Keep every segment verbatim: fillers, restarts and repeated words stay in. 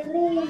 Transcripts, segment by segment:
实力。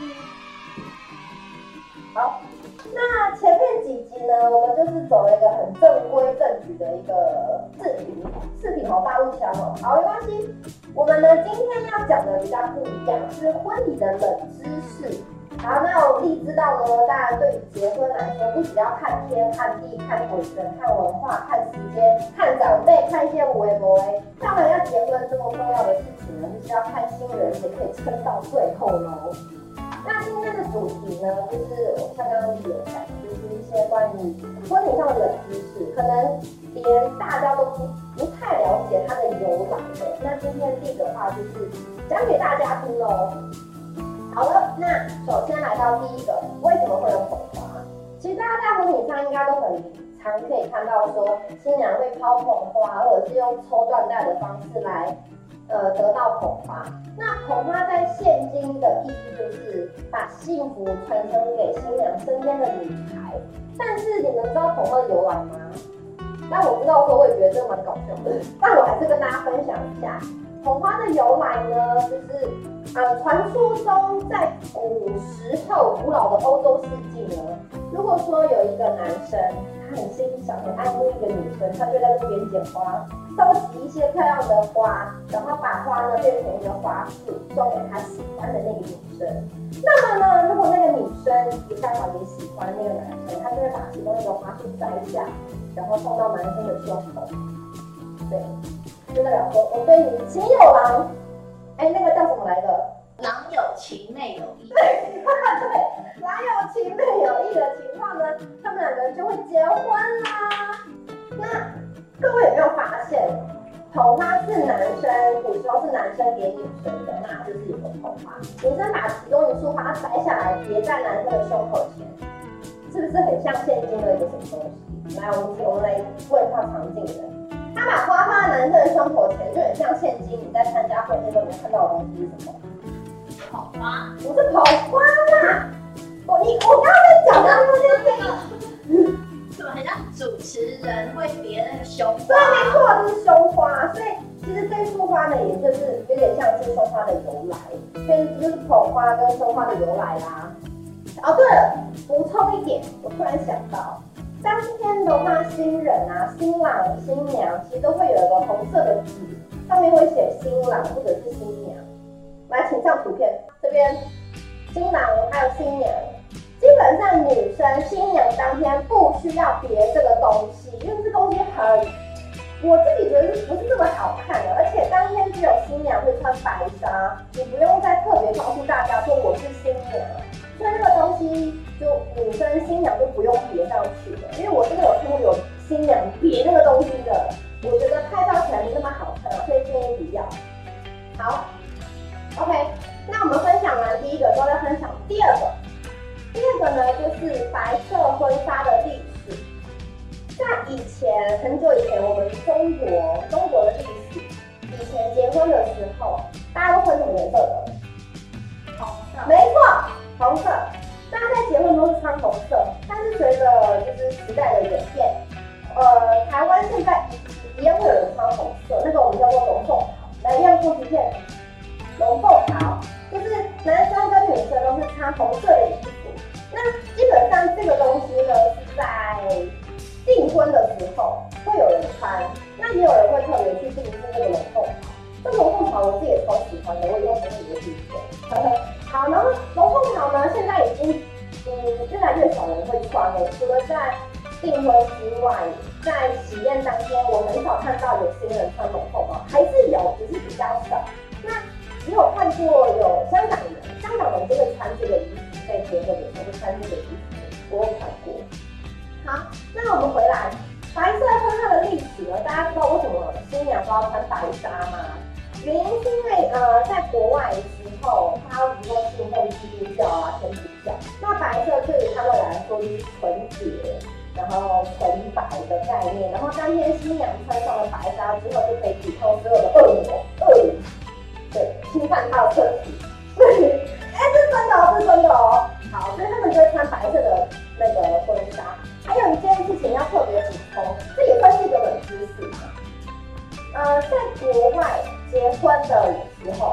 好，那前面几集呢，我们就是走了一个很正规正矩的一个视频，视频好大陆腔哦。好，没关系，我们呢今天要讲的比较不一样，是婚礼的冷知识。好，那我自己知道呢，大家对于结婚来说，不只要看天、看地、看鬼神、看文化、看时间、看长辈、看一些微博，当然要结婚这么重要的事情呢，就是要看新人也可以撑到最后喽。那今天的主题呢，就是我像刚刚有讲，就是一些关于婚礼上的冷知识，可能连大家都不不太了解它的由来的。那今天第一个话就是讲给大家听喽。好了，那首先来到第一个，为什么会有捧花？其实大家在婚礼上应该都很常可以看到说，新娘会抛捧花，或者是用抽缎带的方式来呃得到捧花。那捧花在现今的意义就是把幸福传承给新娘身边的女孩。但是你们知道捧花的由来吗？但我知道说，我也觉得这蛮搞笑的，但我还是跟大家分享一下。捧花的由来呢，就是呃，传说中在古时候古老的欧洲世纪呢，如果说有一个男生，他很欣赏、很爱慕一个女生，他就在路边捡花，收集一些漂亮的花，然后把花呢变成一个花束，送给他喜欢的那个女生。那么呢，如果那个女生也刚好也喜欢那个男生，他就会把其中一个花束摘下，然后送到男生的胸口。对。就代表说我对你情有郎，哎，那个叫什么来着？ 郎有情妹有意。 对，对，郎有情妹有意的情况呢，他们两个人就会结婚啦。那各位有没有发现，捧花是男生，古时候是男生给女生的，那就是有个捧花，女生把其中一束花摘下来别在男生的胸口前，是不是很像现今的一个什么东西？来，我们我们来问一下常静人。他把花放在男生的胸口前，就很像现今你在参加婚礼的时候你看到的东西是什么？ 捧花？ 不是捧花啦！我你我刚刚在讲的那件事， 怎么很像主持人会别那个胸花？ 对，没错，就是胸花。所以其实这束花呢，也就是有点像是胸花的由来，所以就是捧花跟胸花的由来啦。哦，对了，补充一点，我突然想到。当天的话，新人啊、新郎、新娘其实都会有一个红色的纸，上面会写新郎或者是新娘。来，请上图片，这边新郎还有新娘，基本上女生新娘当天不需要别这个东西，因为这东西很，我自己觉得是不是这么好看的，而且当天只有新娘会穿白纱，你不用再特别告诉大家说我是新娘。所以那个东西就女生新娘就不用别上去了，因为我真的有看过有新娘别那个东西的，我觉得拍照起来没那么好看，所以建议不要。好 ，OK， 那我们分享完第一个之后，再分享第二个。第二个呢，就是白色婚纱的历史。在以前很久以前，我们中国中国的历史，以前结婚的时候，大家都穿什么颜色的？ 红色。 没错。红色，大家在结婚都是穿红色，但是随着就是时代的演变，呃，台湾现在一样会有人穿红色，那个我们叫做龙凤袍。来，一样复制片，龙凤袍就是男生跟女生都是穿红色的衣服。那基本上这个东西呢是在订婚的时候会有人穿，那也有人会特别去订制这个龙凤袍。这个龙凤袍我自己也超喜欢的，我以后很喜欢去穿。好，然后龙凤袍呢，现在已经嗯越来越少人会穿了。除了在订婚之外，在喜宴当天，我很少看到有新人穿龙凤袍，还是有，只是比较少。那也有看过有香港人，香港人就会穿这个衣服，在结婚的时候会穿这个衣服，我有看过。好，那我们回来，白色婚纱的历史呢？大家知道为什么新娘都要穿白纱吗？原因是因为呃，在国外的时候，他比如说信奉基督教啊、天主教，那白色对于他们来说就是纯洁，然后纯白的概念。然后当天新娘穿上了白纱之后，就可以抵抗所有的恶魔、恶灵，对，侵犯她的身体。对，哎，这是真的哦，这是真的哦。好，所以他们就会穿白色的那个婚纱。还有一件事情要特别补充，这也算是一个冷知识。呃，在国外结婚的时候，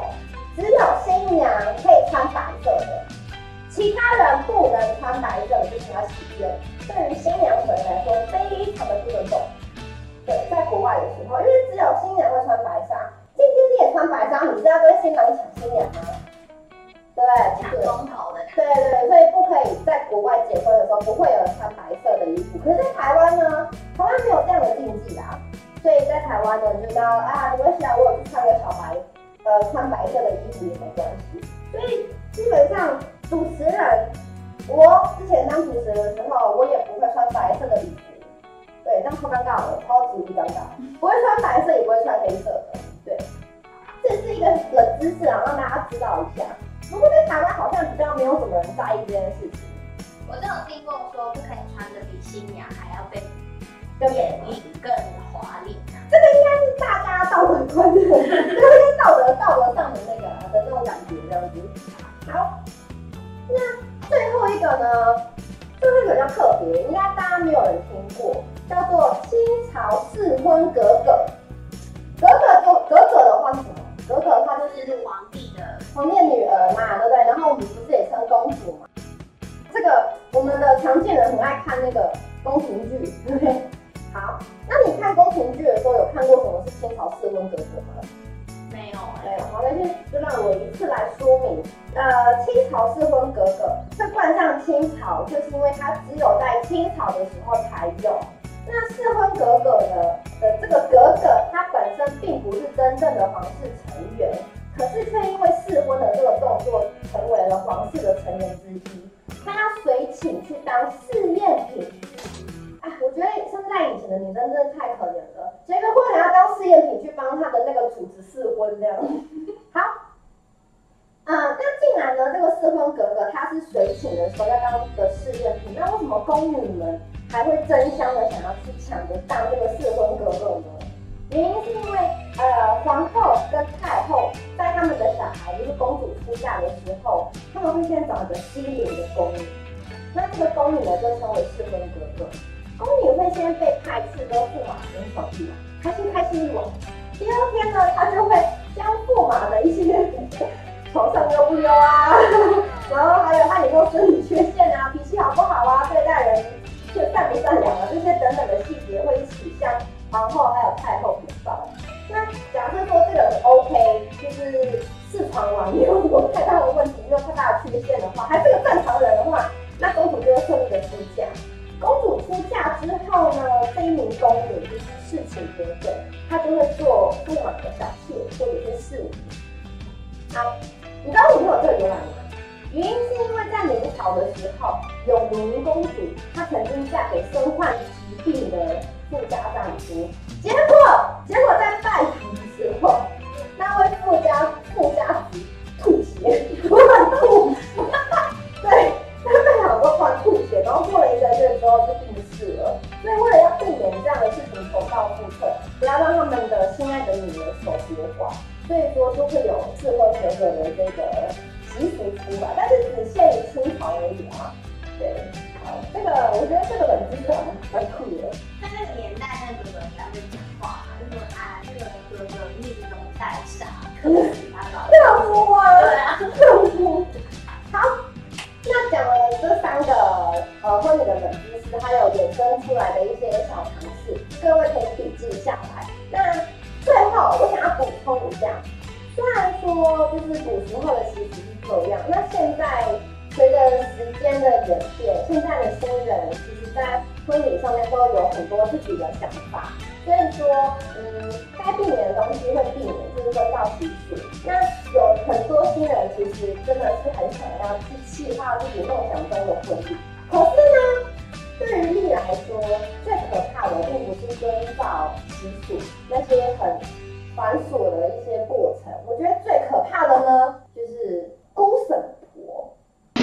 只有新娘可以穿白色的，其他人不能穿白色的，就请他洗验。对于新娘子来说，非常的不尊重。对，在国外的时候，因为只有新娘会穿白纱，今天你也穿白纱，你是要跟新郎抢新娘吗？对， 抢风头的。 对对，所以不可以在国外结婚的时候不会有人穿白色的衣服。可是，在台湾呢，台湾没有这样的禁忌啦，所以在台湾呢，就知道啊，没关系啊，我有去穿个小白，呃，穿白色的衣服也没关系。所以基本上主持人，我之前当主持人的时候，我也不会穿白色的礼服。对，这样超尴尬的，超级无敌尴尬。不会穿白色，也不会穿黑色的。对，这是一个冷知识啊，让大家知道一下。不过在台湾好像比较没有什么人在意这件事情。 我就有听过说，不可以穿的比新娘还要被更艳丽、更华丽。 这个应该是大家道德观的，这个道德道德上的那个的那种感觉这样子。好，那最后一个呢？最后一个比较特别，应该大家没有人听过，叫做清朝适婚格格。格格就格格的话是什么？格格的话就是皇帝的皇帝的女儿嘛，对不对？然后我们不是也称公主嘛？这个我们的常见人很爱看那个宫廷剧，对不对？好，那你看宫廷剧的时候，有看过什么是清朝适婚格格吗？ 没有没有，好，那就就让我一次来说明。呃，清朝适婚格格会冠上清朝，就是因为它只有在清朝的时候才有。那适婚格格的的这个格格，它本身并不是真正的皇室成员，可是却因为适婚的这个动作，成为了皇室的成员之一。他要随请去当试验品。哎，我觉得现在以前的女生真的太可怜了，结个婚还要当试验品去帮她的那个主子试婚这样。好，嗯，那既然呢这个适婚格格她是随请的时候要当的试验品，那为什么宫女们还会争相的想要去抢着当这个适婚格格呢？原因是因为呃皇后跟太后在他们的小孩就是公主出嫁的时候，他们会先找一个机灵的宫女，那这个宫女呢就称为适婚格格。宫女会先被派去跟驸马行手续，开心开心一晚。第二天呢，她就会将驸马的一些床上优不优啊，然后还有他有没有身体缺陷啊，脾气好不好啊，对待人就善不善良啊，这些等等的细节会一起向皇后还有太后禀报。那假设说这个人 OK， 就是试床完没有什么太大的问题，没有太大的缺陷的话，还是个正常人的话，那公主就会顺利的出嫁。公主出嫁之后呢，这一名宫女就是侍寝格格，她就会做驸马的小妾或者是侍女。好，你知道为什么有这个由来吗？原因是因为在明朝的时候，有名公主她曾经嫁给身患疾病的富家丈夫，结果结果在拜堂的时候，那位富家富家子吐血，乱吐，对。他被好多患吐血，然后过了一个月之后就病逝了。所以为了要避免这样的事情重蹈覆辙，不要让他们的心爱的女儿守节寡，所以说就会有适婚格格的这个习俗出来，但是只限于清朝而已啊。对，好，这个我觉得这个冷知识蛮酷的。 那那个年代，那个格格应该会讲话嘛，就说啊，这个格格命中带煞，可能他老丈夫啊， 对啊， 丈夫。好。那讲了这三个呃婚礼的冷知识，还有衍生出来的一些小常识，各位可以笔记下来。那最后我想要补充一下，虽然说就是古时候的习俗是这样，那现在随着时间的演变，现在的新人其实在婚礼上面都有很多自己的想法，所以说嗯该避免的东西会避免，就是遵照习俗。那有很多新人其实真的是很想要去计划自己梦想中的婚礼，可是呢，对于丽来说，最可怕的并不是遵照习俗那些很繁琐的一些过程，我觉得最可怕的呢，就是公审婆。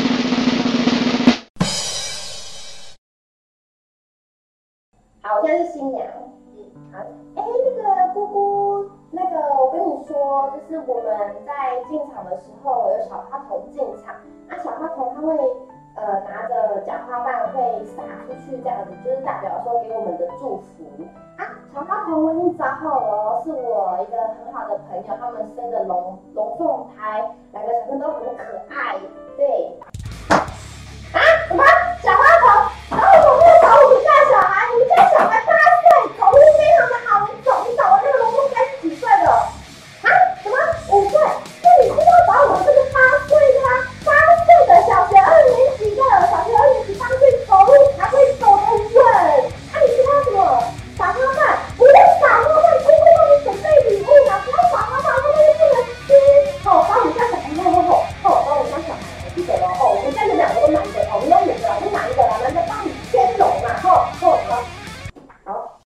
好，我现在是新娘。好，哎，那个姑姑，那个我跟你说，就是我们在进场的时候有小花童进场，那小花童他会呃拿着讲话棒会撒出去，这样子就是代表说给我们的祝福啊。小花童我已经找好了哦，是我一个很好的朋友，他们生的龙龙凤胎，两个小朋友都很可爱，对。啊，什么小花童？然后我们找我们家小孩，你们家小孩八岁，走路非常的好，你走，你找的那个龙凤胎是几岁的？啊，什么五岁？那你是要找我们这个八岁的吗？八岁的小学二年级的，小学二年级八岁走路才会走得稳。啊，你是他什么？撒花瓣？不要撒花瓣，不会帮你准备礼物嘛？不要撒花瓣，后面又不能吃。好，把我们家小孩，好好好，好，把我们家小孩，记得了哦。我们家有两个都男的，哦，我们有五个，就哪一个啦？男的帮你牵龙嘛，吼吼好。好。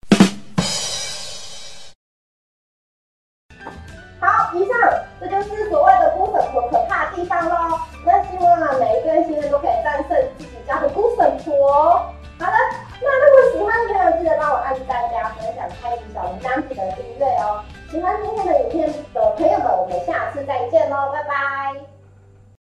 好，以上这就是所谓的孤神婆可怕的地方咯。那希望啊，每一个新人都可以战胜自己家的孤神婆。好的，那如果喜欢的朋友，记得帮我按赞、加分享、开启小铃铛，记得订阅哦。喜欢今天的影片的朋友们，我们下次再见喽，拜拜。